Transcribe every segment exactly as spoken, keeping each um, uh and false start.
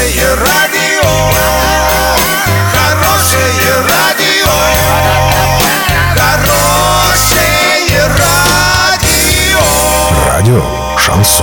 Хорошее радио, хорошее радио, хорошее радио. Радио Шансон.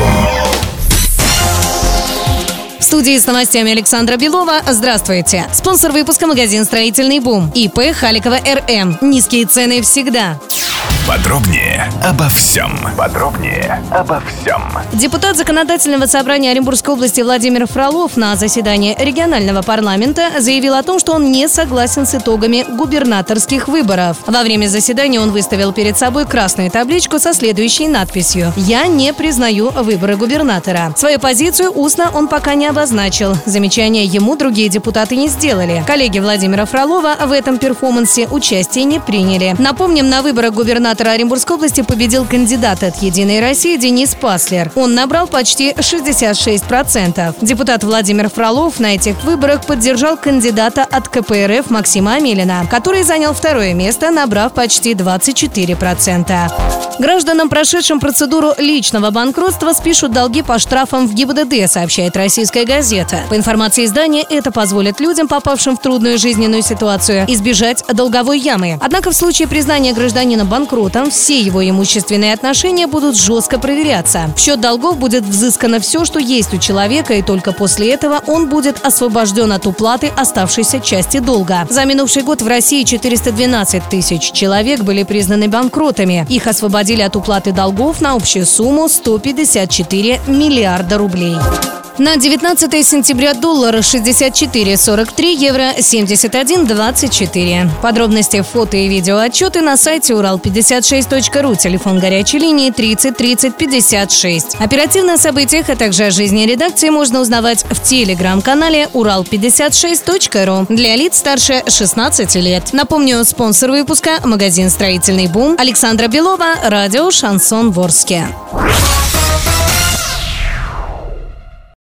В студии с новостями Александра Белова. Здравствуйте. Спонсор выпуска — магазин «Строительный бум». ИП Халикова РМ. Низкие цены всегда. Подробнее обо всем. Подробнее обо всем. Депутат Законодательного собрания Оренбургской области Владимир Фролов на заседании регионального парламента заявил о том, что он не согласен с итогами губернаторских выборов. Во время заседания он выставил перед собой красную табличку со следующей надписью: «Я не признаю выборы губернатора». Свою позицию устно он пока не обозначил. Замечания ему другие депутаты не сделали. Коллеги Владимира Фролова в этом перформансе участие не приняли. Напомним, на выборах губернатора Оренбургской области победил кандидат от «Единой России» Денис Паслер. Он набрал почти шестьдесят шесть процентов. Депутат Владимир Фролов на этих выборах поддержал кандидата от ка пэ эр эф Максима Амелина, который занял второе место, набрав почти двадцать четыре процента. Гражданам, прошедшим процедуру личного банкротства, спишут долги по штрафам в гэ и бэ дэ дэ, сообщает «Российская газета». По информации издания, это позволит людям, попавшим в трудную жизненную ситуацию, избежать долговой ямы. Однако в случае признания гражданина банкротом все его имущественные отношения будут жестко проверяться. В счет долгов будет взыскано все, что есть у человека, и только после этого он будет освобожден от уплаты оставшейся части долга. За минувший год в России четыреста двенадцать тысяч человек были признаны банкротами. Их освободили от уплаты долгов на общую сумму сто пятьдесят четыре миллиарда рублей. На девятнадцатое сентября доллар шестьдесят четыре сорок три, евро семьдесят один двадцать четыре. Подробности, фото и видеоотчеты на сайте урал пятьдесят шесть точка ру, телефон горячей линии тридцать тридцать пятьдесят шесть. Оперативно о событиях, а также о жизни редакции можно узнавать в телеграм-канале урал пятьдесят шесть точка ру для лиц старше шестнадцати лет. Напомню, спонсор выпуска — магазин «Строительный бум». Александра Белова, радио «Шансон Ворске».